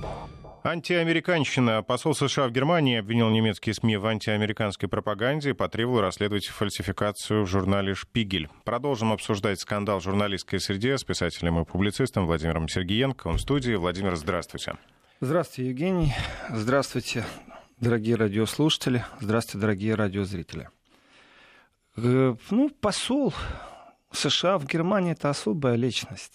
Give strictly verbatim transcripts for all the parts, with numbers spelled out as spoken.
Антиамериканщина. Посол США в Германии обвинил немецкие СМИ в антиамериканской пропаганде и потребовал расследовать фальсификацию в журнале «Шпигель». Продолжим обсуждать скандал в журналистской среде с писателем и публицистом Владимиром Сергиенко. Он в студии. Владимир, здравствуйте. Здравствуйте, Евгений. Здравствуйте, дорогие радиослушатели. Здравствуйте, дорогие радиозрители. Ну, посол США в Германии — это особая личность.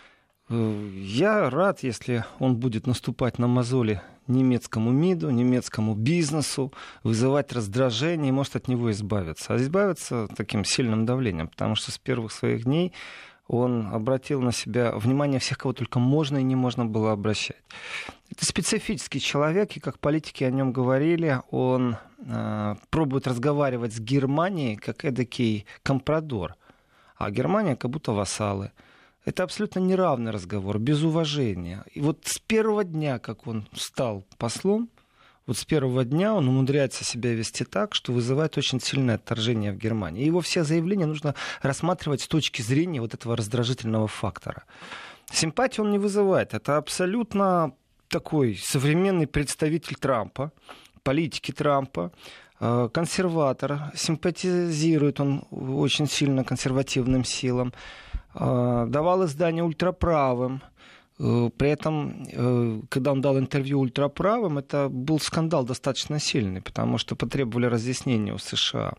Я рад, если он будет наступать на мозоли немецкому МИДу, немецкому бизнесу, вызывать раздражение и может от него избавиться. А избавиться таким сильным давлением, потому что с первых своих дней он обратил на себя внимание всех, кого только можно и не можно было обращать. Это специфический человек, и как политики о нем говорили, он э, пробует разговаривать с Германией как эдакий компрадор, а Германия как будто вассалы. Это абсолютно неравный разговор, без уважения. И вот с первого дня, как он стал послом, вот с первого дня он умудряется себя вести так, что вызывает очень сильное отторжение в Германии. И его все заявления нужно рассматривать с точки зрения вот этого раздражительного фактора. Симпатии он не вызывает. Это абсолютно такой современный представитель Трампа, политики Трампа, консерватор. Симпатизирует он очень сильно консервативным силам. Давал издания ультраправым. При этом, когда он дал интервью ультраправым, это был скандал достаточно сильный, потому что потребовали разъяснения у США.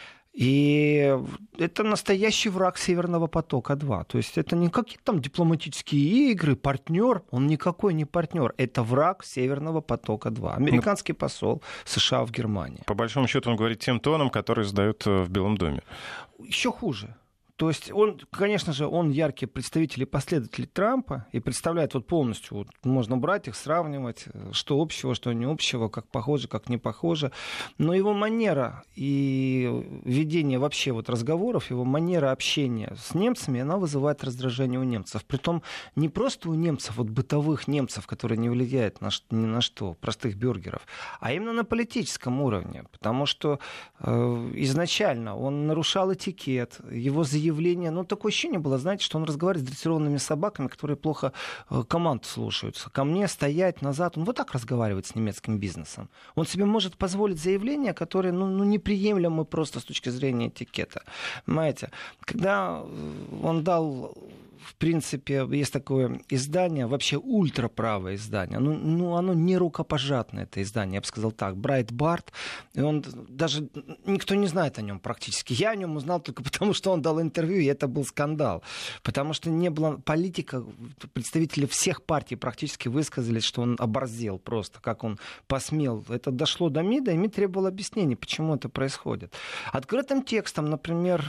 И это настоящий враг Северного потока-два. То есть это не какие-то там дипломатические игры, партнер. Он никакой не партнер. Это враг Северного потока-два. Американский посол США в Германии. По большому счету он говорит тем тоном, который задают в Белом доме. Еще хуже. То есть он, конечно же, он яркий представитель и последователь Трампа и представляет вот полностью, вот можно брать их, сравнивать, что общего, что не общего, как похоже, как не похоже. Но его манера и ведение вообще вот разговоров, его манера общения с немцами, она вызывает раздражение у немцев. Притом не просто у немцев, вот бытовых немцев, которые не влияют на, ни на что, простых бюргеров, а именно на политическом уровне. Потому что э, изначально он нарушал этикет, его заявление явление, ну, такое ощущение было, знаете, что он разговаривает с дрессированными собаками, которые плохо э, команд слушаются. Ко мне стоять назад. Он вот так разговаривает с немецким бизнесом. Он себе может позволить заявления, которые, ну, ну, неприемлемы просто с точки зрения этикета. Понимаете? Когда он дал... В принципе, есть такое издание, вообще ультраправое издание. Ну, ну, оно не рукопожатное, это издание, я бы сказал так, Breitbart. И он даже, никто не знает о нем практически. Я о нем узнал только потому, что он дал интервью, и это был скандал. Потому что не было политика, представители всех партий практически высказались, что он оборзел просто, как он посмел. Это дошло до МИДа, и МИД требовал объяснений, почему это происходит. Открытым текстом, например,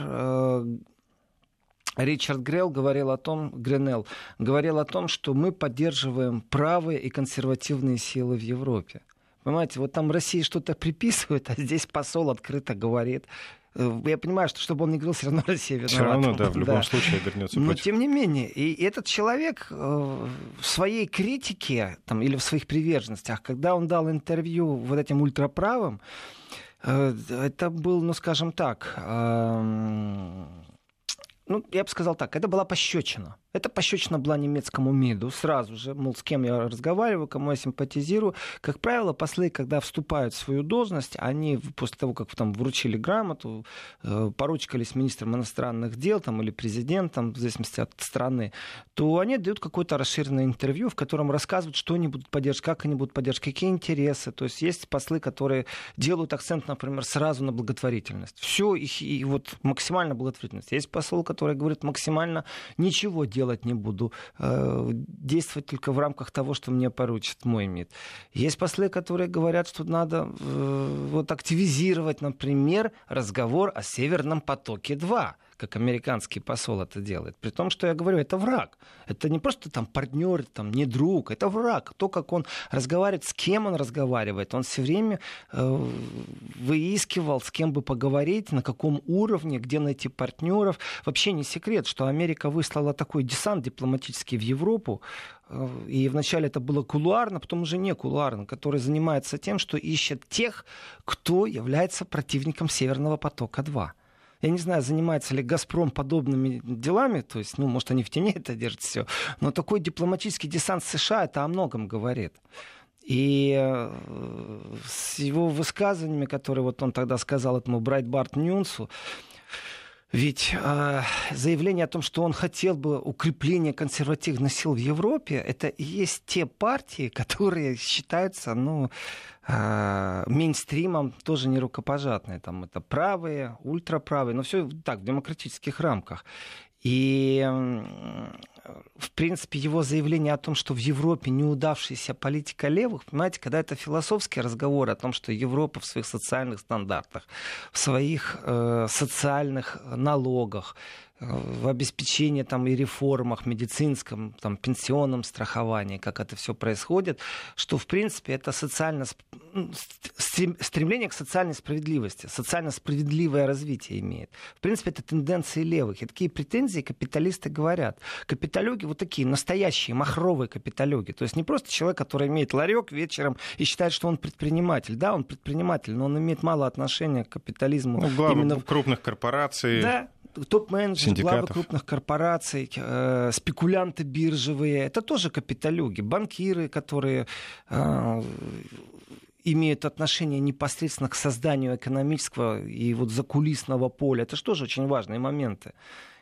Ричард Грелл говорил о том, Гренелл говорил о том, что мы поддерживаем правые и консервативные силы в Европе. Понимаете, вот там России что-то приписывают, а здесь посол открыто говорит. Я понимаю, что чтобы он не говорил, все равно Россия виновата. Все равно, да, в любом да. случае вернется Но против. тем не менее, и этот человек в своей критике там, или в своих приверженностях, когда он дал интервью вот этим ультраправым, это был, ну скажем так... Ну, я бы сказал так, это была пощечина. Это пощечина была немецкому МИДу сразу же, мол, с кем я разговариваю, кому я симпатизирую. Как правило, послы, когда вступают в свою должность, они после того, как там вручили грамоту, поручкались министром иностранных дел там, или президентом, в зависимости от страны, то они дают какое-то расширенное интервью, в котором рассказывают, что они будут поддерживать, как они будут поддерживать, какие интересы. То есть есть послы, которые делают акцент, например, сразу на благотворительность. Все, и, и вот максимально благотворительность. Есть посол, который говорит максимально ничего делать делать не буду, действовать только в рамках того, что мне поручит мой МИД. Есть послы, которые говорят, что надо вот, активизировать, например, разговор о Северном потоке-два, как американский посол это делает. При том, что я говорю, это враг. Это не просто там партнер, там, не друг, это враг. То, как он разговаривает, с кем он разговаривает. Он все время э, выискивал, с кем бы поговорить, на каком уровне, где найти партнеров. Вообще не секрет, что Америка выслала такой десант дипломатический в Европу, э, и вначале это было кулуарно, потом уже не кулуарно, который занимается тем, что ищет тех, кто является противником Северного потока-два. Я не знаю, занимается ли «Газпром» подобными делами, то есть, ну, может, они в тени это держат все, но такой дипломатический десант США это о многом говорит. И с его высказываниями, которые вот он тогда сказал этому Breitbart News, ведь э, заявление о том, что он хотел бы укрепления консервативных сил в Европе, это и есть те партии, которые считаются, ну, э, мейнстримом, тоже не рукопожатные. Там это правые, ультраправые, но все так, в демократических рамках. И, в принципе, его заявление о том, что в Европе неудавшаяся политика левых, понимаете, когда это философский разговор о том, что Европа в своих социальных стандартах, в своих э, социальных налогах, в обеспечении там, и реформах медицинском, там, пенсионном страховании, как это все происходит, что, в принципе, это социально... стремление к социальной справедливости, социально справедливое развитие имеет. В принципе, это тенденции левых. И такие претензии капиталисты говорят. Капиталюги вот такие, настоящие, махровые капиталюги. То есть не просто человек, который имеет ларек вечером и считает, что он предприниматель. Да, он предприниматель, но он имеет мало отношения к капитализму. Ну, главы именно крупных корпораций. Да. Топ-менеджеры, главы крупных корпораций, э, спекулянты биржевые, это тоже капиталюги, банкиры, которые э, имеют отношение непосредственно к созданию экономического и вот закулисного поля. Это же тоже очень важные моменты.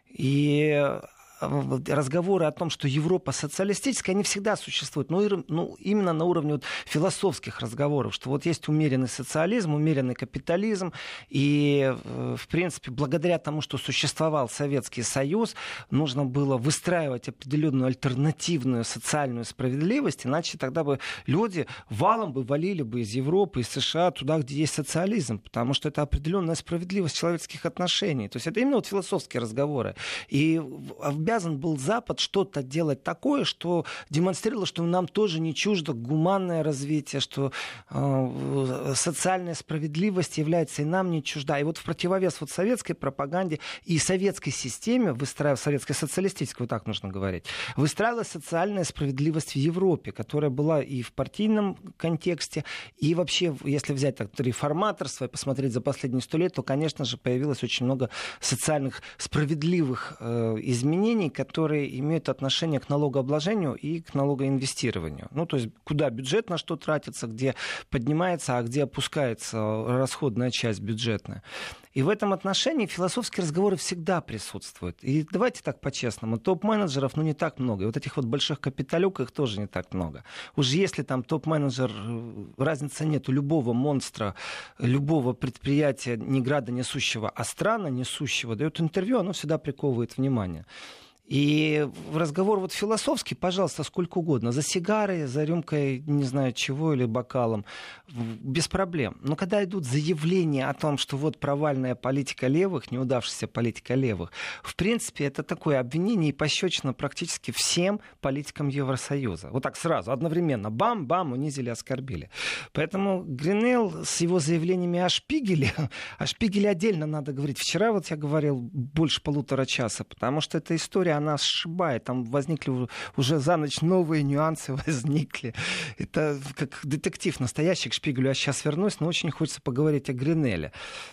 И разговоры о том, что Европа социалистическая, они всегда существуют, но ну, именно на уровне вот философских разговоров, что вот есть умеренный социализм, умеренный капитализм, и, в принципе, благодаря тому, что существовал Советский Союз, нужно было выстраивать определенную альтернативную социальную справедливость, иначе тогда бы люди валом бы валили бы из Европы, из США туда, где есть социализм, потому что это определенная справедливость человеческих отношений. То есть это именно вот философские разговоры. И обязан был Запад что-то делать такое, что демонстрировало, что нам тоже не чуждо гуманное развитие, что э, социальная справедливость является и нам не чужда. И вот в противовес вот советской пропаганде и советской системе, выстраивая советской социалистической, вот так нужно говорить, выстраивалась социальная справедливость в Европе, которая была и в партийном контексте, и вообще, если взять так реформаторство и посмотреть за последние сто лет, то, конечно же, появилось очень много социальных справедливых э, изменений, которые имеют отношение к налогообложению и к налогоинвестированию. Ну, то есть, куда бюджет на что тратится, где поднимается, а где опускается расходная часть бюджетная. И в этом отношении философские разговоры всегда присутствуют. И давайте так по-честному, топ-менеджеров, ну, не так много. И вот этих вот больших капиталюк, их тоже не так много. Уж если там топ-менеджер, разницы нет у любого монстра, любого предприятия, не града несущего, а страна несущего, дает интервью, оно всегда приковывает внимание. И разговор вот философский, пожалуйста, сколько угодно. За сигарой, за рюмкой, не знаю чего, или бокалом. Без проблем. Но когда идут заявления о том, что вот провальная политика левых, неудавшаяся политика левых, в принципе, это такое обвинение и пощечина практически всем политикам Евросоюза. Вот так сразу, одновременно. Бам-бам, унизили, оскорбили. Поэтому Гринелл с его заявлениями о Шпигеле, о Шпигеле отдельно надо говорить. Вчера вот я говорил больше полутора часа, потому что эта история, она сшибает. Там возникли уже за ночь новые нюансы возникли. Это как детектив настоящий, к Шпигелю я сейчас вернусь, но очень хочется поговорить о Гринелле.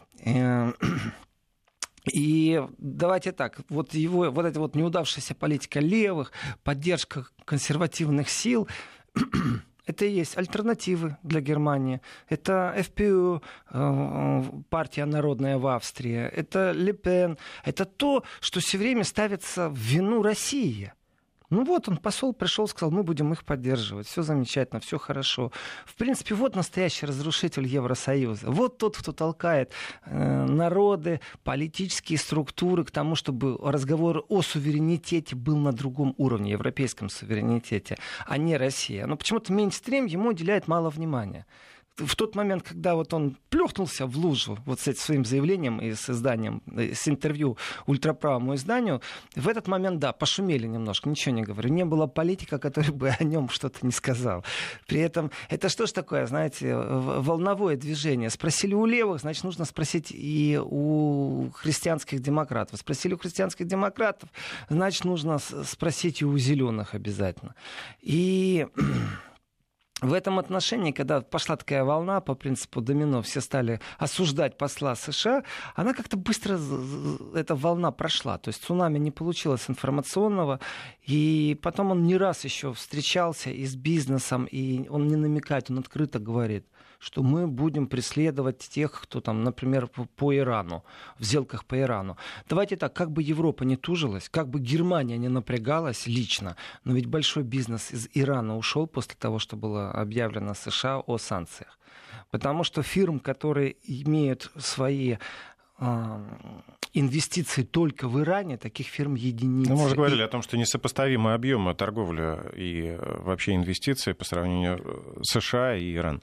И давайте так, вот его, вот эта вот неудавшаяся политика левых, поддержка консервативных сил, это и есть альтернативы для Германии. Это эф пэ о, партия народная в Австрии. Это Ле Пен. Это то, что все время ставится в вину России. Ну вот он, посол, пришел, сказал, мы будем их поддерживать. Все замечательно, все хорошо. В принципе, вот настоящий разрушитель Евросоюза. Вот тот, кто толкает э, народы, политические структуры к тому, чтобы разговор о суверенитете был на другом уровне, европейском суверенитете, а не Россия. Но почему-то мейнстрим ему уделяет мало внимания. В тот момент, когда вот он плюхнулся в лужу вот с этим своим заявлением и с изданием, с интервью ультраправому изданию, в этот момент, да, пошумели немножко, ничего не говорю. Не было политика, который бы о нем что-то не сказал. При этом, это что ж такое, знаете, волновое движение. Спросили у левых, значит, нужно спросить и у христианских демократов. Спросили у христианских демократов, значит, нужно спросить и у зеленых обязательно. И... В этом отношении, когда пошла такая волна по принципу домино, все стали осуждать посла США, она как-то быстро, эта волна прошла. То есть цунами не получилось информационного, и потом он не раз еще встречался и с бизнесом, и он не намекает, он открыто говорит, что мы будем преследовать тех, кто там, например, по Ирану, в сделках по Ирану. Давайте так, как бы Европа не тужилась, как бы Германия не напрягалась лично, но ведь большой бизнес из Ирана ушел после того, что было объявлено США о санкциях. Потому что фирм, которые имеют свои э, инвестиции только в Иране, таких фирм единицы. Ну, мы уже говорили и... о том, что несопоставимы объемы торговли и вообще инвестиций по сравнению с США и Иран.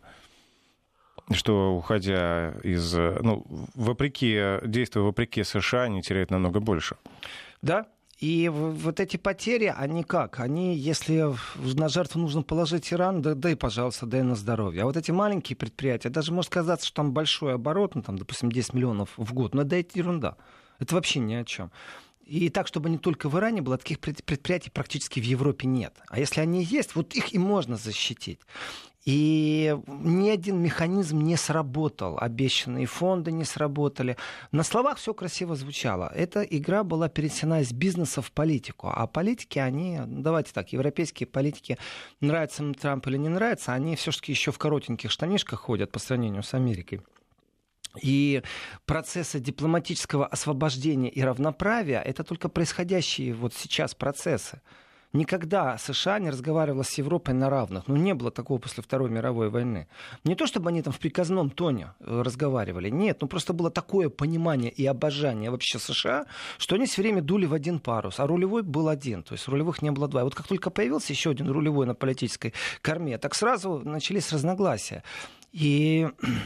Что, уходя из... Ну, вопреки, действуя вопреки США, они теряют намного больше. Да. И вот эти потери, они как? Они, если на жертву нужно положить Иран, да, да и, пожалуйста, дай на здоровье. А вот эти маленькие предприятия, даже может казаться, что там большой оборот, ну, там, допустим, десять миллионов в год, но да, это ерунда. Это вообще ни о чем. И так, чтобы не только в Иране было, таких предприятий практически в Европе нет. А если они есть, вот их и можно защитить. И ни один механизм не сработал, обещанные фонды не сработали. На словах все красиво звучало. Эта игра была перенесена из бизнеса в политику. А политики, они, давайте так, европейские политики, нравится им Трамп или не нравится, они все-таки еще в коротеньких штанишках ходят по сравнению с Америкой. И процессы дипломатического освобождения и равноправия — это только происходящие вот сейчас процессы. Никогда США не разговаривала с Европой на равных. Ну, не было такого после Второй мировой войны. Не то, чтобы они там в приказном тоне разговаривали. Нет, ну просто было такое понимание и обожание вообще США, что они все время дули в один парус. А рулевой был один. То есть рулевых не было два. И вот как только появился еще один рулевой на политической корме, так сразу начались разногласия. И...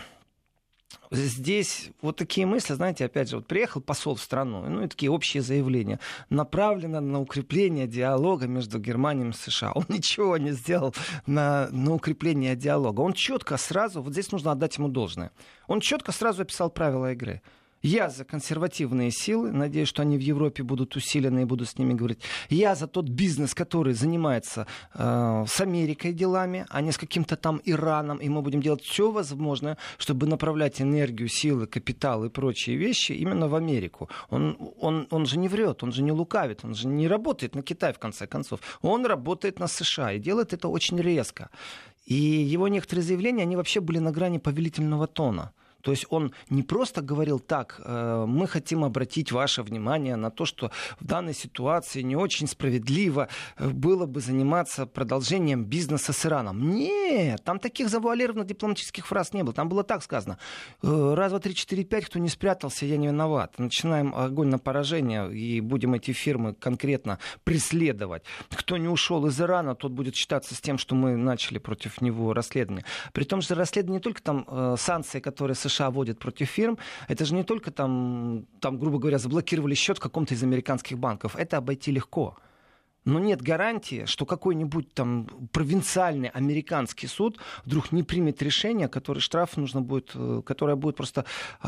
Здесь вот такие мысли, знаете, опять же, вот приехал посол в страну, ну и такие общие заявления, направлено на укрепление диалога между Германией и США. Он ничего не сделал на, на укрепление диалога. Он четко сразу, вот здесь нужно отдать ему должное, он четко сразу описал правила игры. Я за консервативные силы, надеюсь, что они в Европе будут усилены и буду с ними говорить. Я за тот бизнес, который занимается э, с Америкой делами, а не с каким-то там Ираном, и мы будем делать все возможное, чтобы направлять энергию, силы, капитал и прочие вещи именно в Америку. Он, он, он же не врет, он же не лукавит, он же не работает на Китай, в конце концов. Он работает на США и делает это очень резко. И его некоторые заявления, они вообще были на грани повелительного тона. То есть он не просто говорил так, мы хотим обратить ваше внимание на то, что в данной ситуации не очень справедливо было бы заниматься продолжением бизнеса с Ираном. Нет, там таких завуалированных дипломатических фраз не было. Там было так сказано. Раз, два, три, четыре, пять, кто не спрятался, я не виноват. Начинаем огонь на поражение и будем эти фирмы конкретно преследовать. Кто не ушел из Ирана, тот будет считаться с тем, что мы начали против него расследование. При том, что расследование не только там санкции, которые США США вводит против фирм, это же не только там, там, грубо говоря, заблокировали счет в каком-то из американских банков. Это обойти легко. Но нет гарантии, что какой-нибудь там провинциальный американский суд вдруг не примет решение, которое штраф нужно будет, которое будет просто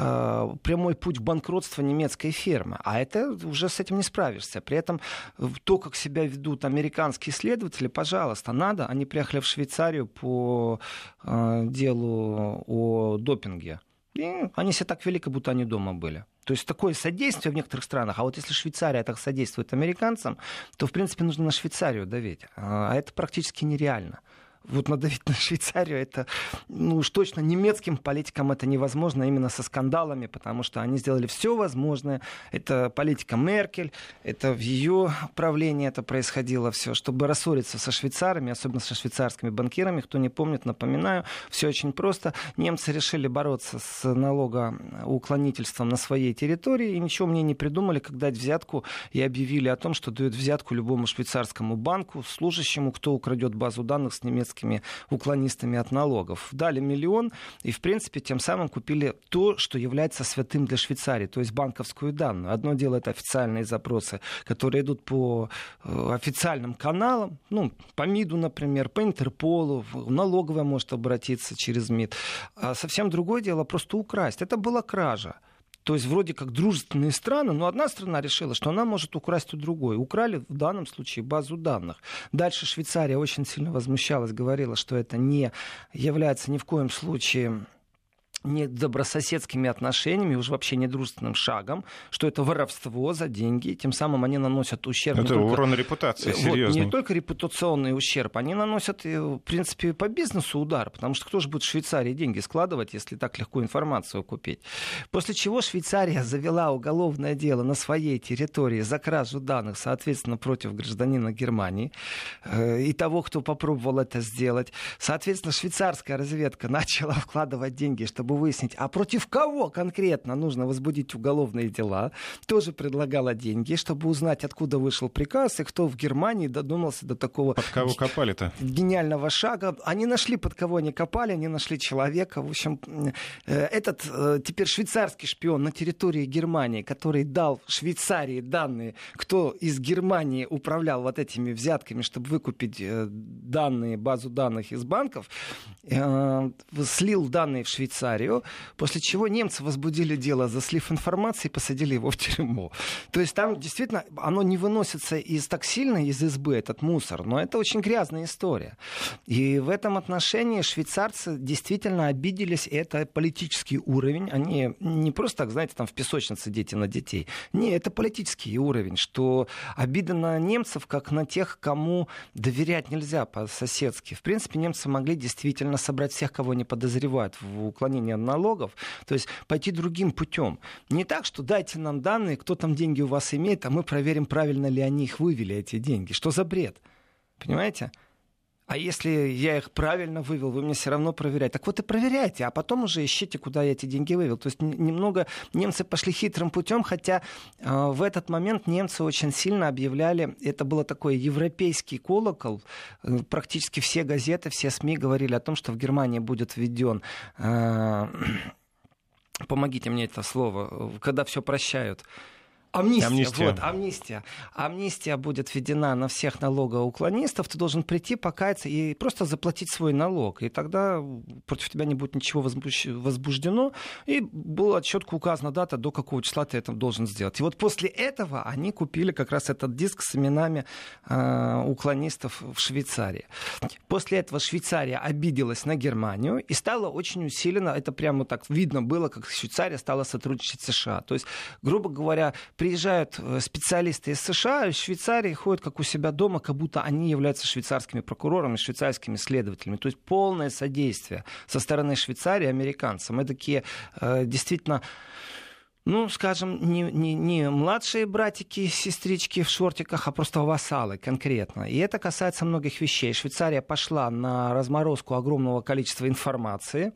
э, прямой путь в банкротство немецкой фирмы. А это уже с этим не справишься. При этом то, как себя ведут американские следователи, пожалуйста, надо. Они приехали в Швейцарию по э, делу о допинге. И они себя так вели, как будто они дома были. То есть такое содействие в некоторых странах. А вот если Швейцария так содействует американцам, то, в принципе, нужно на Швейцарию давить. А это практически нереально. Вот надавить на Швейцарию, это, ну уж точно немецким политикам это невозможно, именно со скандалами, потому что они сделали все возможное. Это политика Меркель, это в ее правлении это происходило все, чтобы рассориться со швейцарами, особенно со швейцарскими банкирами. Кто не помнит, напоминаю, все очень просто. Немцы решили бороться с налогоуклонительством на своей территории и ничего мне не придумали, как дать взятку, и объявили о том, что дают взятку любому швейцарскому банку, служащему, кто украдет базу данных с немецкими уклонистами от налогов. Дали миллион и, в принципе, тем самым купили то, что является святым для Швейцарии, то есть банковскую данную. Одно дело — это официальные запросы, которые идут по э, официальным каналам, ну, по МИДу, например, по Интерполу, налоговая может обратиться через МИД. А совсем другое дело — просто украсть. Это была кража. То есть вроде как дружественные страны, но одна страна решила, что она может украсть у другой. Украли в данном случае базу данных. Дальше Швейцария очень сильно возмущалась, говорила, что это не является ни в коем случае не добрососедскими отношениями, уж вообще не дружественным шагом, что это воровство за деньги, тем самым они наносят ущерб. Это не урон только, репутации, вот, серьезный. не только репутационный ущерб, они наносят, в принципе, по бизнесу удар, потому что кто же будет в Швейцарии деньги складывать, если так легко информацию купить. После чего Швейцария завела уголовное дело на своей территории за кражу данных, соответственно, против гражданина Германии э, и того, кто попробовал это сделать. Соответственно, швейцарская разведка начала вкладывать деньги, чтобы выяснить, а против кого конкретно нужно возбудить уголовные дела. Тоже предлагала деньги, чтобы узнать, откуда вышел приказ и кто в Германии додумался до такого под кого копали-то? Гениального шага. Они нашли, под кого они копали, они нашли человека. В общем, этот теперь швейцарский шпион на территории Германии, который дал Швейцарии данные, кто из Германии управлял вот этими взятками, чтобы выкупить данные, базу данных из банков, слил данные в Швейцарию, после чего немцы возбудили дело за слив информации и посадили его в тюрьму. То есть там действительно оно не выносится из так сильно из избы, этот мусор, но это очень грязная история. И в этом отношении швейцарцы действительно обиделись, и это политический уровень. Они не просто так, знаете, там в песочнице дети на детей. Не, это политический уровень, что обида на немцев, как на тех, кому доверять нельзя по-соседски. В принципе, немцы могли действительно собрать всех, кого они подозревают в уклонении налогов, то есть пойти другим путем. Не так, что дайте нам данные, кто там деньги у вас имеет, а мы проверим, правильно ли они их вывели, эти деньги. Что за бред? Понимаете? А если я их правильно вывел, вы мне все равно проверяете. Так вот и проверяйте, а потом уже ищите, куда я эти деньги вывел. То есть немного немцы пошли хитрым путем, хотя э, в этот момент немцы очень сильно объявляли, это было такой европейский колокол, э, практически все газеты, все СМИ говорили о том, что в Германии будет введен, э, помогите мне это слово, когда все прощают. Амнистия, амнистия. Вот, амнистия. Амнистия будет введена на всех налогоуклонистов. Ты должен прийти, покаяться и просто заплатить свой налог. И тогда против тебя не будет ничего возбуждено. И была четко указана дата, до какого числа ты это должен сделать. И вот после этого они купили как раз этот диск с именами э, уклонистов в Швейцарии. После этого Швейцария обиделась на Германию и стала очень усиленно, это прямо так видно было, как Швейцария стала сотрудничать с США. То есть, грубо говоря, приезжают специалисты из США, из Швейцарии, ходят как у себя дома, как будто они являются швейцарскими прокурорами, швейцарскими следователями. То есть полное содействие со стороны Швейцарии американцам. Это такие э, действительно... Ну, скажем, не, не, не младшие братики, сестрички в шортиках, а просто вассалы конкретно. И это касается многих вещей. Швейцария пошла на разморозку огромного количества информации.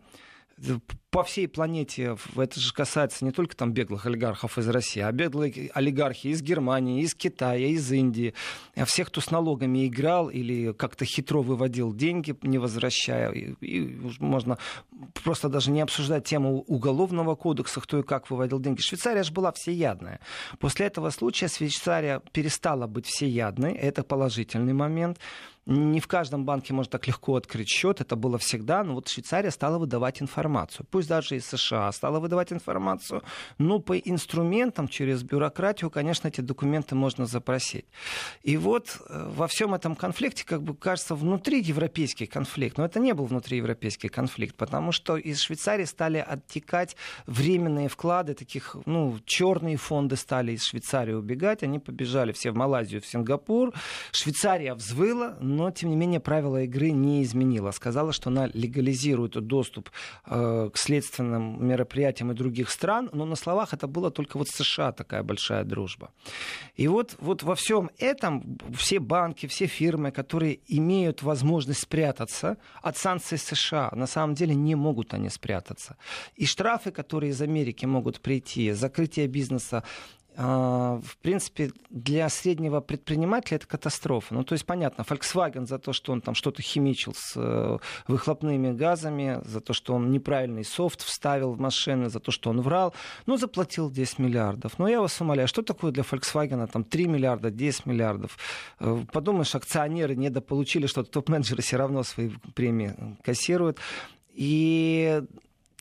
По всей планете это же касается не только там беглых олигархов из России, а беглые олигархи из Германии, из Китая, из Индии. Всех, кто с налогами играл или как-то хитро выводил деньги, не возвращая. И, и можно просто даже не обсуждать тему уголовного кодекса, кто и как выводил деньги. Швейцария же была всеядная. После этого случая Швейцария перестала быть всеядной. Это положительный момент. Не в каждом банке можно так легко открыть счет, это было всегда, но вот Швейцария стала выдавать информацию. Пусть даже из США стала выдавать информацию, но по инструментам, через бюрократию, конечно, эти документы можно запросить. И вот во всем этом конфликте, как бы кажется, внутриевропейский конфликт, но это не был внутриевропейский конфликт, потому что из Швейцарии стали оттекать временные вклады, таких, ну, черные фонды стали из Швейцарии убегать, они побежали все в Малайзию, в Сингапур, Швейцария взвыла, но, тем не менее, правила игры не изменила. Сказала, что она легализирует доступ э, к следственным мероприятиям и других стран, но на словах это было только вот с США такая большая дружба. И вот, вот во всем этом все банки, все фирмы, которые имеют возможность спрятаться от санкций США, на самом деле не могут они спрятаться. И штрафы, которые из Америки могут прийти, закрытие бизнеса, в принципе, для среднего предпринимателя это катастрофа. Ну, то есть, понятно, Volkswagen за то, что он там что-то химичил с выхлопными газами, за то, что он неправильный софт вставил в машины, за то, что он врал, ну, заплатил десять миллиардов. Но я вас умоляю, что такое для Volkswagen там три миллиарда, десять миллиардов? Подумаешь, акционеры недополучили что-то, топ-менеджеры все равно свои премии кассируют. И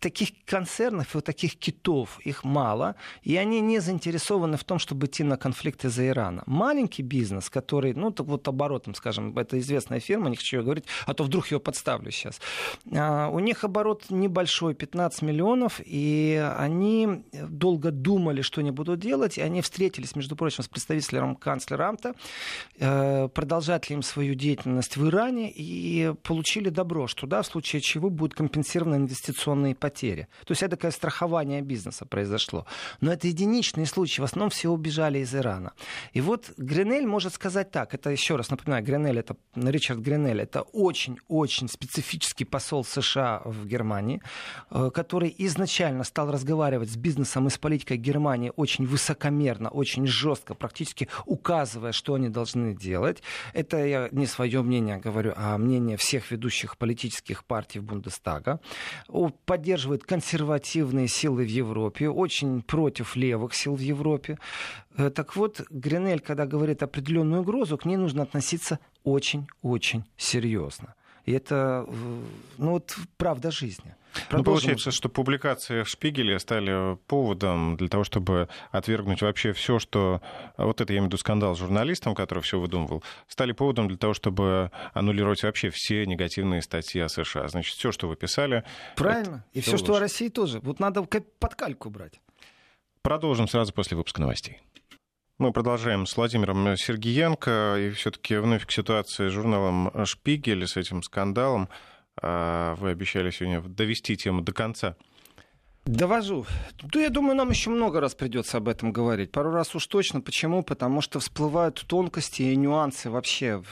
таких концернов и вот таких китов, их мало, и они не заинтересованы в том, чтобы идти на конфликт из-за Ирана. Маленький бизнес, который, ну, так вот оборотом, скажем, это известная фирма, не хочу ее говорить, а то вдруг ее подставлю сейчас. А, у них оборот небольшой, пятнадцать миллионов, и они долго думали, что они будут делать, и они встретились, между прочим, с представителем канцлера Амта, э, продолжать ли им свою деятельность в Иране, и получили добро, что да, в случае чего будут компенсированы инвестиционные потери. То есть это такое страхование бизнеса произошло. Но это единичные случаи. В основном все убежали из Ирана. И вот Гринель может сказать так. Это, еще раз напоминаю, Гринель, это Ричард Гринель, это очень-очень специфический посол США в Германии, который изначально стал разговаривать с бизнесом и с политикой Германии очень высокомерно, очень жестко, практически указывая, что они должны делать. Это я не свое мнение говорю, а мнение всех ведущих политических партий в Бундестага. Поддерживает консервативные силы в Европе, очень против левых сил в Европе. Так вот, Гринель, когда говорит определенную угрозу, к ней нужно относиться очень-очень серьезно. И это, ну, вот, правда жизни. Ну, получается, что публикации в «Шпигеле» стали поводом для того, чтобы отвергнуть вообще все, что... Вот это, я имею в виду, скандал с журналистом, который все выдумывал, стали поводом для того, чтобы аннулировать вообще все негативные статьи о США. Значит, все, что вы писали... Правильно. И все, что о России тоже. Вот надо под кальку брать. Продолжим сразу после выпуска новостей. Мы продолжаем с Владимиром Сергиенко. И все-таки вновь к ситуации с журналом «Шпигель», с этим скандалом. Вы обещали сегодня довести тему до конца. Довожу. Да, я думаю, нам еще много раз придется об этом говорить. Пару раз уж точно. Почему? Потому что всплывают тонкости и нюансы вообще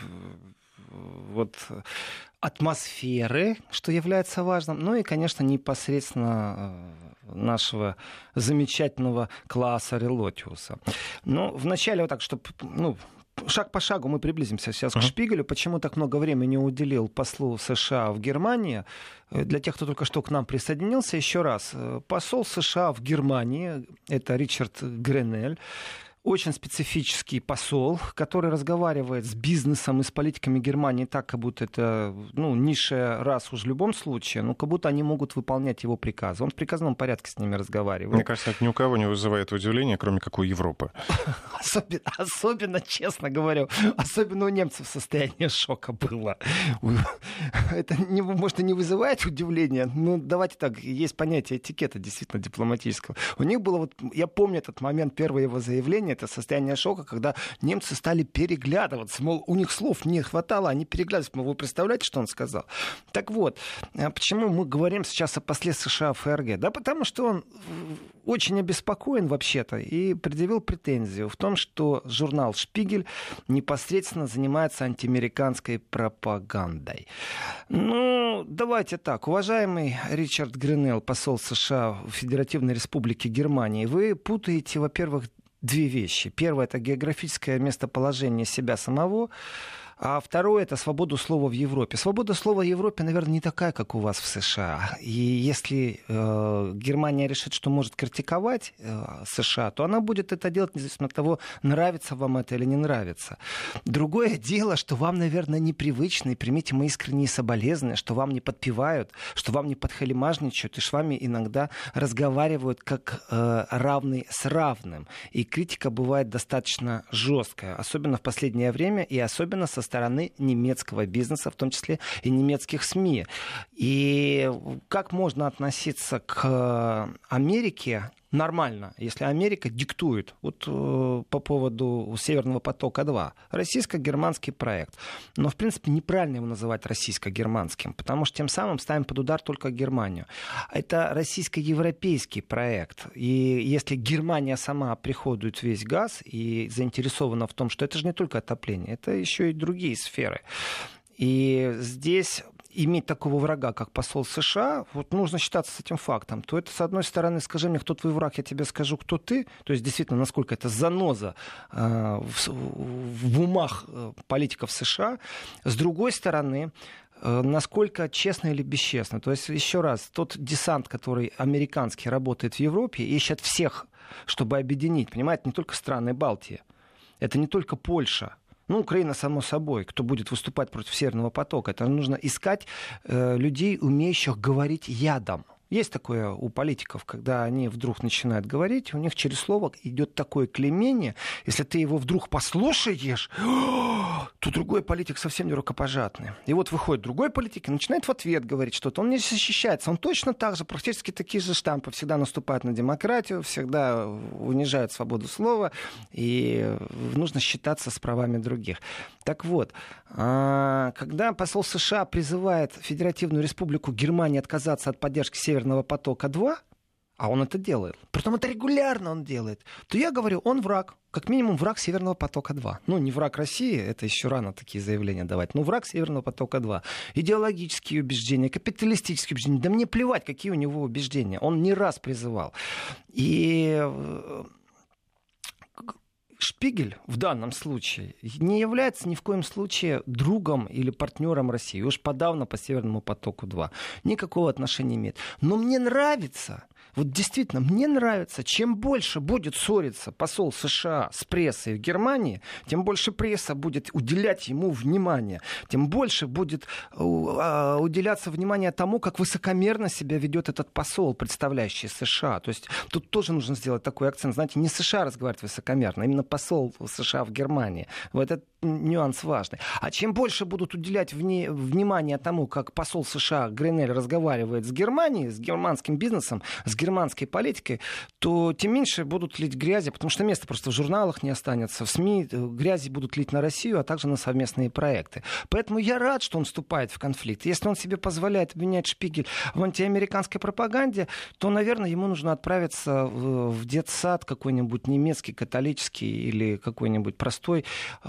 вот атмосферы, что является важным. Ну и, конечно, непосредственно нашего замечательного класса Релотиуса. Но вначале вот так, чтобы... Ну, шаг по шагу мы приблизимся сейчас uh-huh. к Шпигелю. Почему так много времени уделил послу США в Германии? Для тех, кто только что к нам присоединился, еще раз. Посол США в Германии, это Ричард Гринель, очень специфический посол, который разговаривает с бизнесом и с политиками Германии так, как будто это, ну, низшая раса уж в любом случае, но как будто они могут выполнять его приказы. Он в приказном порядке с ними разговаривает. Мне кажется, это ни у кого не вызывает удивления, кроме как у Европы. Особенно, особенно, честно говорю, особенно у немцев состояние шока было. Это, не, может, и не вызывает удивления, но давайте так, есть понятие этикета действительно дипломатического. У них было, вот, я помню этот момент, первое его заявление, это состояние шока, когда немцы стали переглядываться, мол, у них слов не хватало, они переглядывались, мол, вы представляете, что он сказал? Так вот, почему мы говорим сейчас о после США в ФРГ? Да потому что он очень обеспокоен вообще-то и предъявил претензию в том, что журнал «Шпигель» непосредственно занимается антиамериканской пропагандой. Ну, давайте так, уважаемый Ричард Гринель, посол США в Федеративной Республике Германии, вы путаете, во-первых, две вещи. Первое — это географическое местоположение себя самого, а второе — это свободу слова в Европе. Свобода слова в Европе, наверное, не такая, как у вас в США. И если э, Германия решит, что может критиковать э, США, то она будет это делать независимо от того, нравится вам это или не нравится. Другое дело, что вам, наверное, непривычно, и примите мои искренние соболезнования, что вам не подпевают, что вам не подхалимажничают, и с вами иногда разговаривают как э, равный с равным. И критика бывает достаточно жесткая, особенно в последнее время, и особенно со стороны немецкого бизнеса, в том числе и немецких СМИ. И как можно относиться к Америке нормально, если Америка диктует? Вот э, по поводу Северного потока-два. Российско-германский проект. Но, в принципе, неправильно его называть российско-германским, потому что тем самым ставим под удар только Германию. Это российско-европейский проект. И если Германия сама приходит весь газ и заинтересована в том, что это же не только отопление, это еще и другие сферы. И здесь иметь такого врага, как посол США, вот нужно считаться с этим фактом. То это, с одной стороны, скажи мне, кто твой враг, я тебе скажу, кто ты. То есть, действительно, насколько это заноза э, в, в умах политиков США. С другой стороны, э, насколько честно или бесчестно. То есть, еще раз, тот десант, который американский работает в Европе, ищет всех, чтобы объединить, понимаете, не только страны Балтии. Это не только Польша. Ну, Украина, само собой, кто будет выступать против Северного потока. Это нужно искать э, людей, умеющих говорить ядом. Есть такое у политиков, когда они вдруг начинают говорить, у них через слово идет такое клеймение, если ты его вдруг послушаешь, то другой политик совсем не рукопожатный. И вот выходит другой политик и начинает в ответ говорить что-то. Он не защищается, он точно так же, практически такие же штампы, всегда наступает на демократию, всегда унижает свободу слова, и нужно считаться с правами других. Так вот, когда посол США призывает Федеративную Республику Германии отказаться от поддержки Северного потока-два, а он это делает, притом это регулярно он делает, то я говорю, он враг, как минимум враг Северного потока-два. Ну, не враг России, это еще рано такие заявления давать, но враг Северного потока-два. Идеологические убеждения, капиталистические убеждения, да мне плевать, какие у него убеждения, он не раз призывал. И Шпигель в данном случае не является ни в коем случае другом или партнером России. Уж подавно по Северному потоку-два. Никакого отношения не имеет. Но мне нравится, вот действительно, мне нравится, чем больше будет ссориться посол США с прессой в Германии, тем больше пресса будет уделять ему внимание, тем больше будет уделяться внимание тому, как высокомерно себя ведет этот посол, представляющий США. То есть тут тоже нужно сделать такой акцент. Знаете, не США разговаривает высокомерно, а именно посол США в Германии. Вот этот нюанс важный. А чем больше будут уделять вне, внимание тому, как посол США Гринель разговаривает с Германией, с германским бизнесом, с германской политикой, то тем меньше будут лить грязи, потому что места просто в журналах не останется, в СМИ грязи будут лить на Россию, а также на совместные проекты. Поэтому я рад, что он вступает в конфликт. Если он себе позволяет обвинять Шпигель в антиамериканской пропаганде, то, наверное, ему нужно отправиться в, в детсад какой-нибудь немецкий, католический или какой-нибудь простой,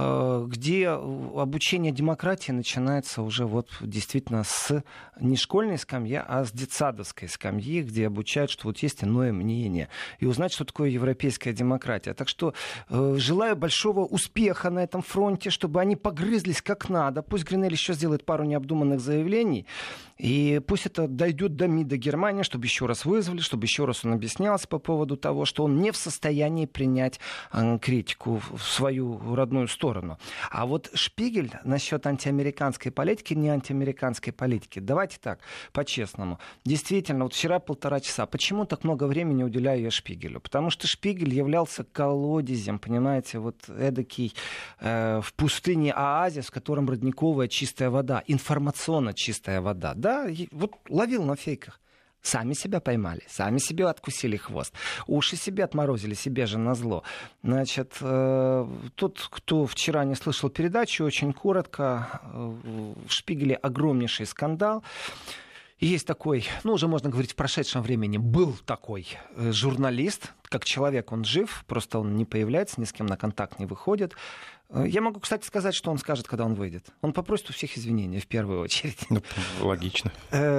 где обучение демократии начинается уже вот действительно с не школьной скамьи, а с детсадовской скамьи, где обучают, что вот есть иное мнение, и узнать, что такое европейская демократия. Так что э, желаю большого успеха на этом фронте, чтобы они погрызлись как надо. Пусть Гринель еще сделает пару необдуманных заявлений, и пусть это дойдет до МИДа Германии, чтобы еще раз вызвали, чтобы еще раз он объяснялся по поводу того, что он не в состоянии принять э, критику в свою родную сторону. А вот Шпигель насчет антиамериканской политики, не антиамериканской политики. Давайте так, по-честному. Действительно, вот вчера полтора часа. Почему так много времени уделяю я Шпигелю? Потому что Шпигель являлся колодезем, понимаете, вот эдакий э, в пустыне оазис, в котором родниковая чистая вода, информационно чистая вода. Да, вот ловил на фейках. Сами себя поймали, сами себе откусили хвост, уши себе отморозили, себе же назло. Значит, э, тот, кто вчера не слышал передачу, очень коротко, э, в Шпигеле огромнейший скандал. Есть такой, ну, уже можно говорить в прошедшем времени, был такой э, журналист, как человек он жив, просто он не появляется, ни с кем на контакт не выходит. Я могу, кстати, сказать, что он скажет, когда он выйдет. Он попросит у всех извинения, в первую очередь. Ну, логично.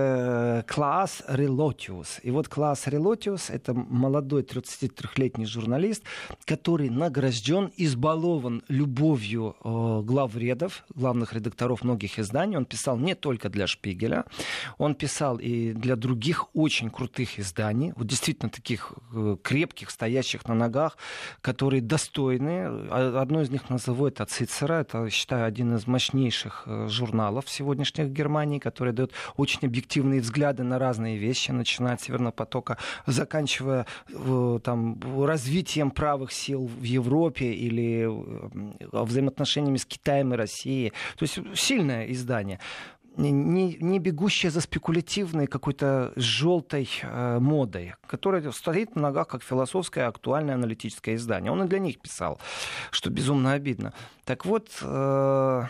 Клаас Релотиус. И вот Клаас Релотиус — это молодой тридцатитрёхлетний журналист, который награжден, избалован любовью главредов, главных редакторов многих изданий. Он писал не только для Шпигеля, он писал и для других очень крутых изданий, вот действительно таких крепких, стоящих на ногах, которые достойны. Одно из них называют это Цицера, это, считаю, один из мощнейших журналов сегодняшних в Германии, который дает очень объективные взгляды на разные вещи, начиная от Северного потока, заканчивая там, развитием правых сил в Европе или взаимоотношениями с Китаем и Россией. То есть сильное издание. Не, не бегущая за спекулятивной какой-то желтой э, модой, которая стоит на ногах как философское, актуальное аналитическое издание. Он и для них писал, что безумно обидно. Так вот, э,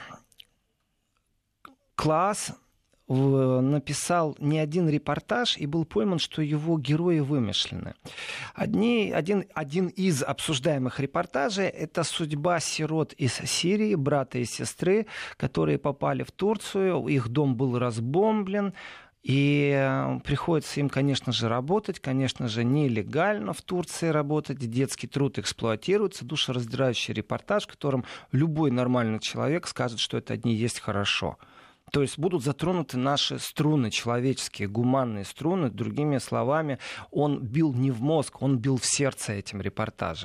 Клаас написал не один репортаж и был пойман, что его герои вымышлены. Одни, один, один из обсуждаемых репортажей — это судьба сирот из Сирии, брата и сестры, которые попали в Турцию, их дом был разбомблен, и приходится им, конечно же, работать, конечно же, нелегально в Турции работать, детский труд эксплуатируется, душераздирающий репортаж, в котором любой нормальный человек скажет, что это одни есть хорошо. То есть будут затронуты наши струны, человеческие, гуманные струны. Другими словами, он бил не в мозг, он бил в сердце этим репортажем.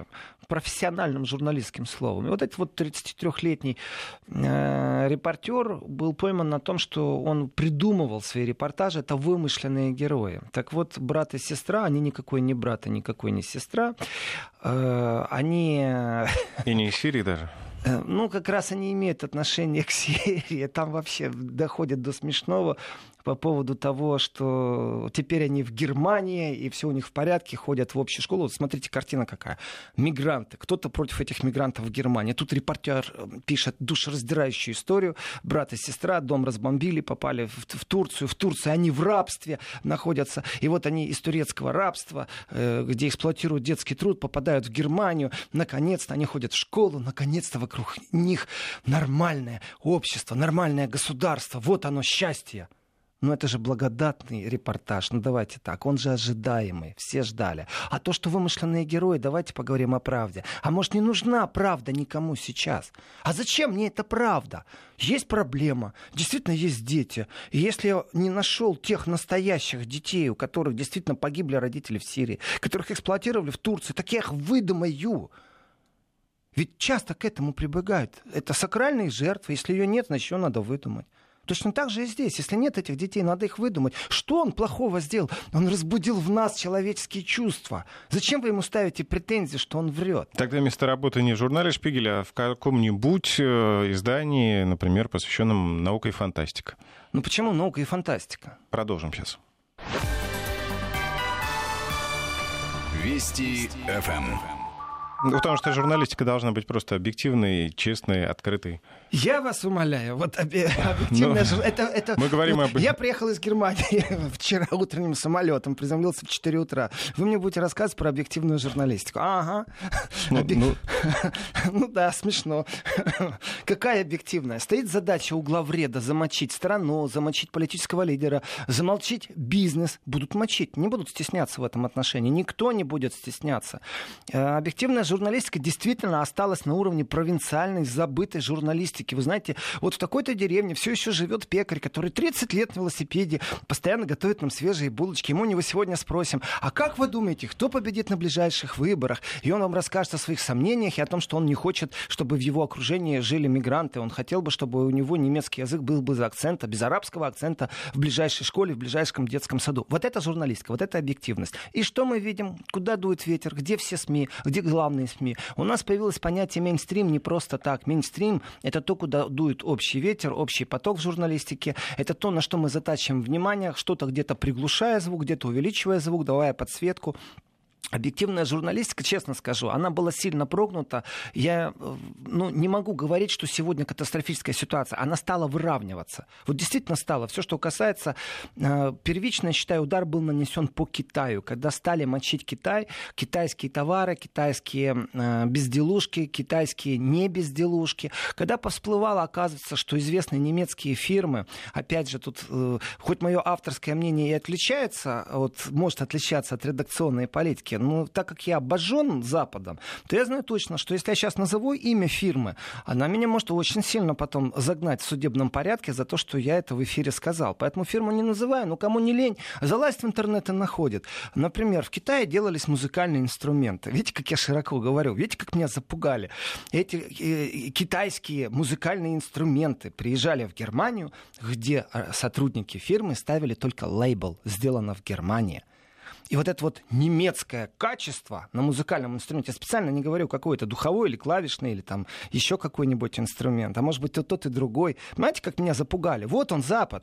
профессиональным журналистским словом. И вот этот вот тридцатитрёхлетний э, репортер был пойман на том, что он придумывал свои репортажи, это вымышленные герои. Так вот, брат и сестра, они никакой не брат и никакой не сестра, э, они... И не из Сирии даже? Ну, как раз они имеют отношение к Сирии. Там вообще доходит до смешного по поводу того, что теперь они в Германии, и все у них в порядке, ходят в общую школу. Вот смотрите, картина какая. Мигранты. Кто-то против этих мигрантов в Германии. Тут репортер пишет душераздирающую историю. Брат и сестра дом разбомбили, попали в, в Турцию. В Турции они в рабстве находятся. И вот они из турецкого рабства, э, где эксплуатируют детский труд, попадают в Германию. Наконец-то они ходят в школу. Наконец-то вокруг них нормальное общество, нормальное государство. Вот оно, счастье. Ну, это же благодатный репортаж. Ну, давайте так. Он же ожидаемый. Все ждали. А то, что вымышленные герои, давайте поговорим о правде. А может, не нужна правда никому сейчас? А зачем мне эта правда? Есть проблема. Действительно, есть дети. И если я не нашел тех настоящих детей, у которых действительно погибли родители в Сирии, которых эксплуатировали в Турции, так я их выдумаю. Ведь часто к этому прибегают. Это сакральные жертвы. Если ее нет, значит, ее надо выдумать. Точно так же и здесь. Если нет этих детей, надо их выдумать. Что он плохого сделал? Он разбудил в нас человеческие чувства. Зачем вы ему ставите претензии, что он врет? Тогда место работы не в журнале «Шпигель», а в каком-нибудь издании, например, посвященном науке и фантастике. Ну почему наука и фантастика? Продолжим сейчас. Вести эф эм. Потому что журналистика должна быть просто объективной, честной, открытой. Я вас умоляю, вот объективная жур... это, это... Мы говорим вот об... Я приехал из Германии вчера утренним самолетом, приземлился в четыре утра. Вы мне будете рассказывать про объективную журналистику. Ага. Ну, Объ... ну... ну да, смешно. Какая объективная? Стоит задача у главреда замочить страну, замочить политического лидера, замолчить бизнес. Будут мочить, не будут стесняться в этом отношении. Никто не будет стесняться. Объективная журналистика действительно осталась на уровне провинциальной, забытой журналистики. Вы знаете, вот в такой-то деревне все еще живет пекарь, который тридцать лет на велосипеде, постоянно готовит нам свежие булочки. Ему него сегодня спросим, а как вы думаете, кто победит на ближайших выборах? И он вам расскажет о своих сомнениях и о том, что он не хочет, чтобы в его окружении жили мигранты. Он хотел бы, чтобы у него немецкий язык был без акцента, без арабского акцента в ближайшей школе, в ближайшем детском саду. Вот это журналистика, вот это объективность. И что мы видим? Куда дует ветер? Где все СМИ? Где главные СМИ? У нас появилось понятие мейнстрим не просто так. Мейнстрим — это то, куда дует общий ветер, общий поток в журналистике. Это то, на что мы затачиваем внимание, что-то где-то приглушая звук, где-то увеличивая звук, давая подсветку. Объективная журналистика, честно скажу, она была сильно прогнута. Я ну, не могу говорить, что сегодня катастрофическая ситуация. Она стала выравниваться. Вот действительно стала. Все, что касается... Э, первично, я считаю, удар был нанесен по Китаю. Когда стали мочить Китай, китайские товары, китайские э, безделушки, китайские не безделушки. Когда повсплывало, оказывается, что известные немецкие фирмы, опять же, тут э, хоть мое авторское мнение и отличается, от, может отличаться от редакционной политики, но так как я обожжен Западом, то я знаю точно, что если я сейчас назову имя фирмы, она меня может очень сильно потом загнать в судебном порядке за то, что я это в эфире сказал. Поэтому фирму не называю, но кому не лень, залазит в интернет и находит. Например, в Китае делались музыкальные инструменты. Видите, как я широко говорю? Видите, как меня запугали? Эти э, китайские музыкальные инструменты приезжали в Германию, где сотрудники фирмы ставили только лейбл «Сделано в Германии». И вот это вот немецкое качество на музыкальном инструменте, я специально не говорю, какой это духовой или клавишный, или там еще какой-нибудь инструмент, а может быть и тот, и другой. Понимаете, как меня запугали? Вот он, Запад.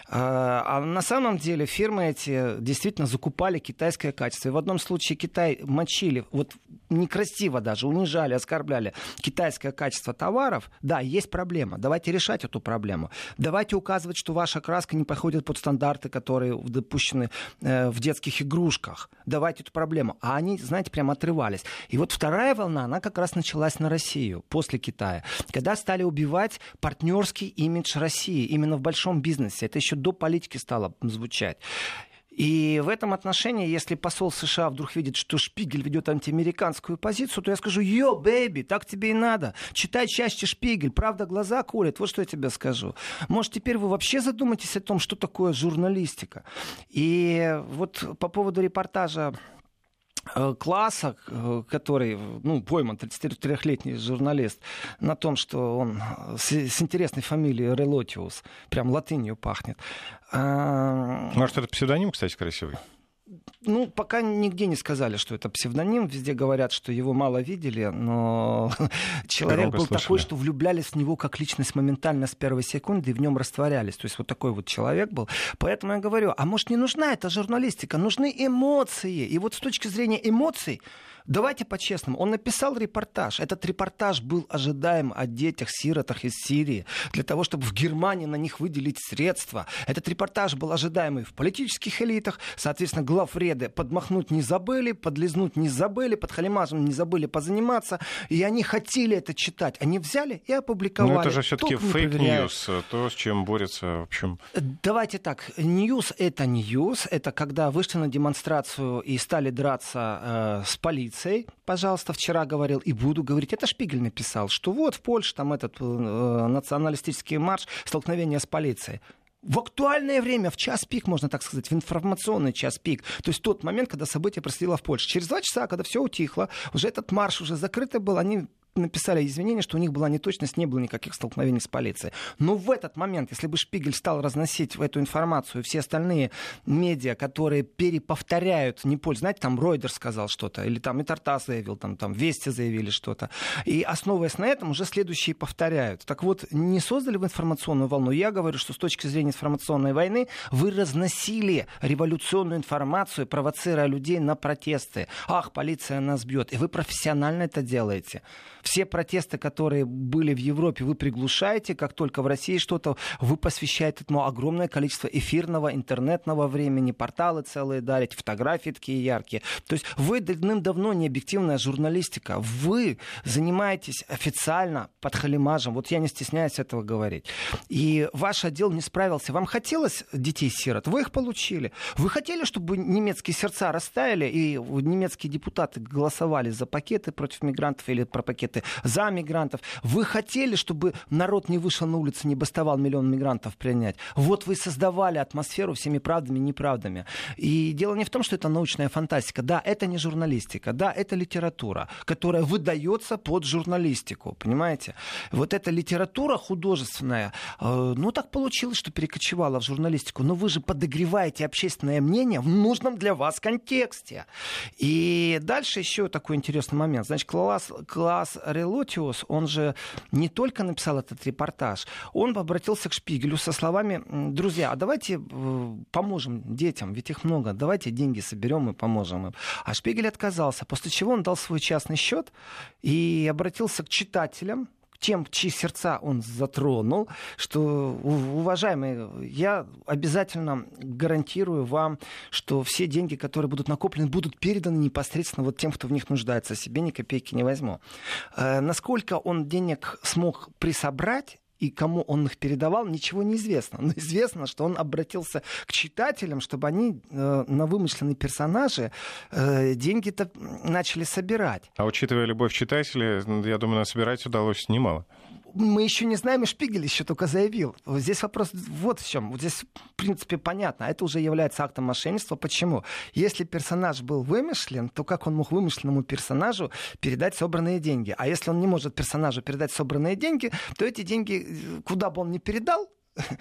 А, а на самом деле фирмы эти действительно закупали китайское качество. И в одном случае Китай мочили, вот некрасиво даже, унижали, оскорбляли китайское качество товаров. Да, есть проблема. Давайте решать эту проблему. Давайте указывать, что ваша краска не подходит под стандарты, которые допущены э, в детских игрушках. Давайте эту проблему. А они, знаете, прям отрывались. И вот вторая волна, она как раз началась на Россию после Китая, когда стали убивать партнерский имидж России именно в большом бизнесе. Это еще до политики стало звучать. И в этом отношении, если посол США вдруг видит, что Шпигель ведет антиамериканскую позицию, то я скажу: йо, бэйби, так тебе и надо. Читай чаще Шпигель, правда глаза колет. Вот что я тебе скажу. Может, теперь вы вообще задумаетесь о том, что такое журналистика. И вот по поводу репортажа класса, который, ну, пойман, тридцатитрёхлетний журналист, на том, что он с, с интересной фамилией Релотиус, прям латынью пахнет. Может, это псевдоним, кстати, красивый? Ну, пока нигде не сказали, что это псевдоним. Везде говорят, что его мало видели, но человек Громко был слышали. такой, что влюблялись в него как личность моментально с первой секунды и в нем растворялись. То есть вот такой вот человек был. Поэтому я говорю, а может, не нужна эта журналистика? Нужны эмоции. И вот с точки зрения эмоций, давайте по-честному. Он написал репортаж. Этот репортаж был ожидаем о детях-сиротах из Сирии. Для того, чтобы в Германии на них выделить средства. Этот репортаж был ожидаемый в политических элитах. Соответственно, главреды подмахнуть не забыли, подлизнуть не забыли, под халимажем не забыли позаниматься. И они хотели это читать. Они взяли и опубликовали. Но это же все-таки фейк-ньюс, то, с чем борется, в общем... Давайте так. Ньюс — это ньюс. Это когда вышли на демонстрацию и стали драться э, с полицией. Пожалуйста, вчера говорил и буду говорить. Это Шпигель написал, что вот в Польше там этот э, националистический марш, столкновение с полицией. В актуальное время, в час пик, можно так сказать, в информационный час пик. То есть тот момент, когда событие происходило в Польше. Через два часа, когда все утихло, уже этот марш уже закрытый был, они написали извинения, что у них была неточность, не было никаких столкновений с полицией. Но в этот момент, если бы Шпигель стал разносить эту информацию, все остальные медиа, которые переповторяют, не пользуются, знаете, там Ройдер сказал что-то, или там и Тартас заявил, там, там Вести заявили что-то, и основываясь на этом, уже следующие повторяют. Так вот, не создали вы информационную волну? Я говорю, что с точки зрения информационной войны вы разносили революционную информацию, провоцируя людей на протесты. Ах, полиция нас бьет. И вы профессионально это делаете. Все протесты, которые были в Европе, вы приглушаете. Как только в России что-то, вы посвящаете этому огромное количество эфирного, интернетного времени, порталы целые дарите, фотографии такие яркие. То есть вы давным-давно не объективная журналистика. Вы занимаетесь официально под халимажем. Вот я не стесняюсь этого говорить. И ваш отдел не справился. Вам хотелось детей-сирот? Вы их получили. Вы хотели, чтобы немецкие сердца растаяли, и немецкие депутаты голосовали за пакеты против мигрантов или про пакеты за мигрантов. Вы хотели, чтобы народ не вышел на улицу, не бастовал миллион мигрантов принять. Вот вы создавали атмосферу всеми правдами и неправдами. И дело не в том, что это научная фантастика. Да, это не журналистика. Да, это литература, которая выдается под журналистику. Понимаете? Вот эта литература художественная, э, ну так получилось, что перекочевала в журналистику. Но вы же подогреваете общественное мнение в нужном для вас контексте. И дальше еще такой интересный момент. Значит, класс, класс Релотиус, он же не только написал этот репортаж, он обратился к Шпигелю со словами: друзья, а давайте поможем детям, ведь их много, давайте деньги соберем и поможем им. А Шпигель отказался, после чего он дал свой частный счет и обратился к читателям, тем, чьи сердца он затронул, что, уважаемые, я обязательно гарантирую вам, что все деньги, которые будут накоплены, будут переданы непосредственно вот тем, кто в них нуждается. Себе ни копейки не возьму. Э, насколько он денег смог присобрать и кому он их передавал, ничего не известно. Но известно, что он обратился к читателям, чтобы они э, на вымышленные персонажи э, деньги-то начали собирать. А учитывая любовь читателей, я думаю, насобирать удалось немало. Мы еще не знаем, и Шпигель еще только заявил. Здесь вопрос вот в чем. Вот здесь, в принципе, понятно. Это уже является актом мошенничества. Почему? Если персонаж был вымышлен, то как он мог вымышленному персонажу передать собранные деньги? А если он не может персонажу передать собранные деньги, то эти деньги, куда бы он ни передал,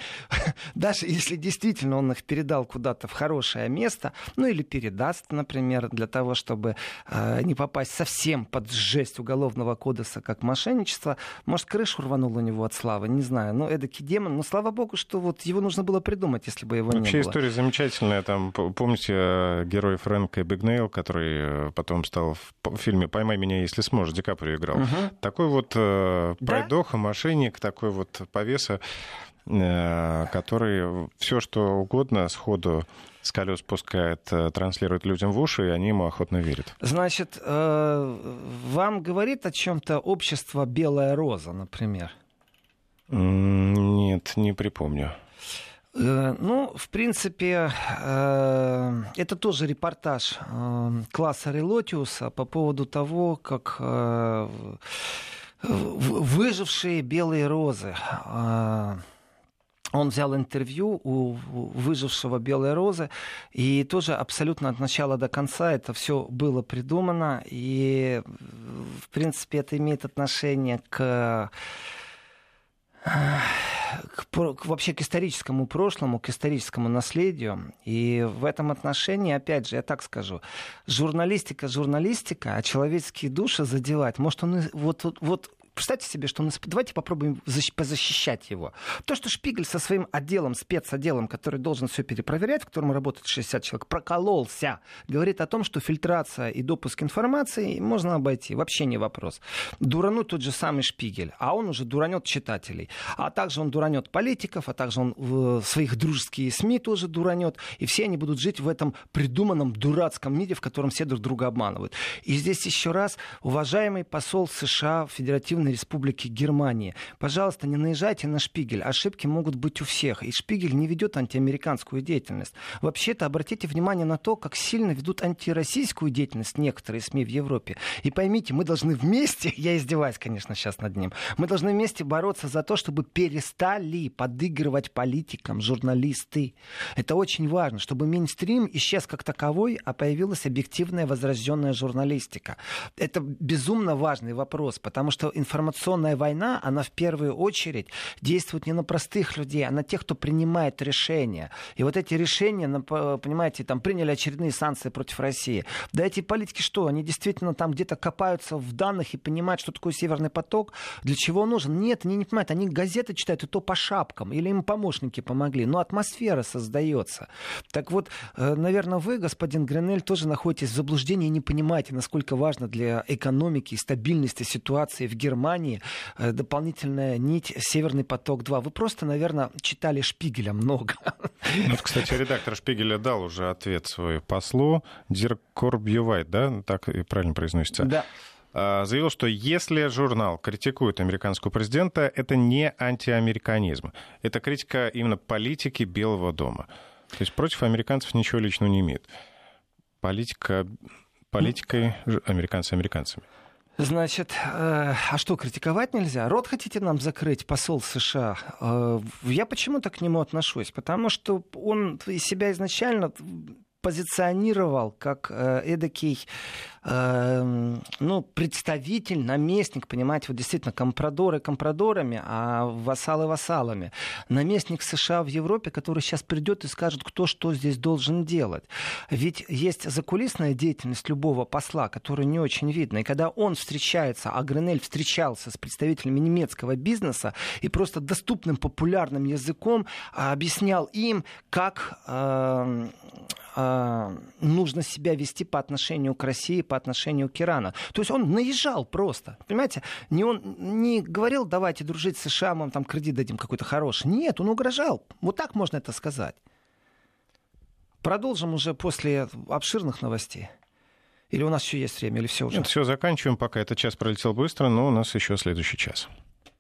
даже если действительно он их передал куда-то в хорошее место, ну или передаст, например, для того, чтобы э, не попасть совсем под жесть уголовного кодекса, как мошенничество, может, крышу рванул у него от славы, не знаю. Ну, эдакий демон, но слава богу, что вот его нужно было придумать, если бы его Вообще не было. Вообще история замечательная. Там, помните, герой Фрэнка Бигнейл, который потом стал в фильме «Поймай меня, если сможешь», Ди Каприо играл. Угу. Такой вот э, пройдоха, да? Мошенник, такой вот повеса, который все что угодно сходу с колес пускает, транслирует людям в уши, и они ему охотно верят. Значит, вам говорит о чем-то общество «Белая роза», например? Нет, не припомню. Ну, в принципе, это тоже репортаж класса Релотиуса по поводу того, как выжившие белые розы Он взял интервью у выжившего «Белой розы», и тоже абсолютно от начала до конца это все было придумано, и, в принципе, это имеет отношение к... К, к, вообще к историческому прошлому, к историческому наследию. И в этом отношении, опять же, я так скажу, журналистика, журналистика, а человеческие души задевать, может, он вот, вот, вот представьте себе, что он... Давайте попробуем позащищать его. То, что Шпигель со своим отделом, спецотделом, который должен все перепроверять, в котором работает шестьдесят человек, прокололся, говорит о том, что фильтрация и допуск информации можно обойти. Вообще не вопрос. Дурануть тот же самый Шпигель, а он уже дуранет читателей. А также он дуранет политиков, а также он в своих дружеские СМИ тоже дуранет. И все они будут жить в этом придуманном дурацком мире, в котором все друг друга обманывают. И здесь еще раз, уважаемый посол США в Федеративной Республики Германии, пожалуйста, не наезжайте на Шпигель. Ошибки могут быть у всех. И Шпигель не ведет антиамериканскую деятельность. Вообще-то обратите внимание на то, как сильно ведут антироссийскую деятельность некоторые СМИ в Европе. И поймите, мы должны вместе, я издеваюсь, конечно, сейчас над ним, мы должны вместе бороться за то, чтобы перестали подыгрывать политикам журналисты. Это очень важно, чтобы мейнстрим исчез как таковой, а появилась объективная возрожденная журналистика. Это безумно важный вопрос, потому что информация Информационная война, она в первую очередь действует не на простых людей, а на тех, кто принимает решения. И вот эти решения, понимаете, там приняли очередные санкции против России. Да эти политики что? Они действительно там где-то копаются в данных и понимают, что такое Северный поток, для чего он нужен? Нет, они не понимают. Они газеты читают, и то по шапкам. Или им помощники помогли. Но атмосфера создается. Так вот, наверное, вы, господин Гринель, тоже находитесь в заблуждении и не понимаете, насколько важно для экономики и стабильности ситуации в Германии дополнительная нить «Северный поток-два». Вы просто, наверное, читали Шпигеля много. Вот, кстати, редактор Шпигеля дал уже ответ свой послу. Дирк Корбьювайт, да? Так и правильно произносится? Да. Заявил, что если журнал критикует американского президента, это не антиамериканизм. Это критика именно политики Белого дома. То есть против американцев ничего личного не имеет. Политика... Политикой американцы американцами. Значит, э, а что, критиковать нельзя? Рот хотите нам закрыть, посол США? Э, я почему-то к нему отношусь, потому что он из себя изначально позиционировал как э, эдакий э, ну, представитель, наместник, понимаете, вот действительно компрадоры компрадорами, а вассалы вассалами. Наместник США в Европе, который сейчас придет и скажет, кто что здесь должен делать. Ведь есть закулисная деятельность любого посла, которую не очень видно. И когда он встречается, а Гринель встречался с представителями немецкого бизнеса и просто доступным популярным языком объяснял им, как... Э, нужно себя вести по отношению к России, по отношению к Ирану. То есть он наезжал просто, понимаете? Не он не говорил, давайте дружить с США, мы вам там кредит дадим какой-то хороший. Нет, он угрожал. Вот так можно это сказать. Продолжим уже после обширных новостей. Или у нас еще есть время, или все уже? Нет, все, заканчиваем, пока этот час пролетел быстро, но у нас еще следующий час.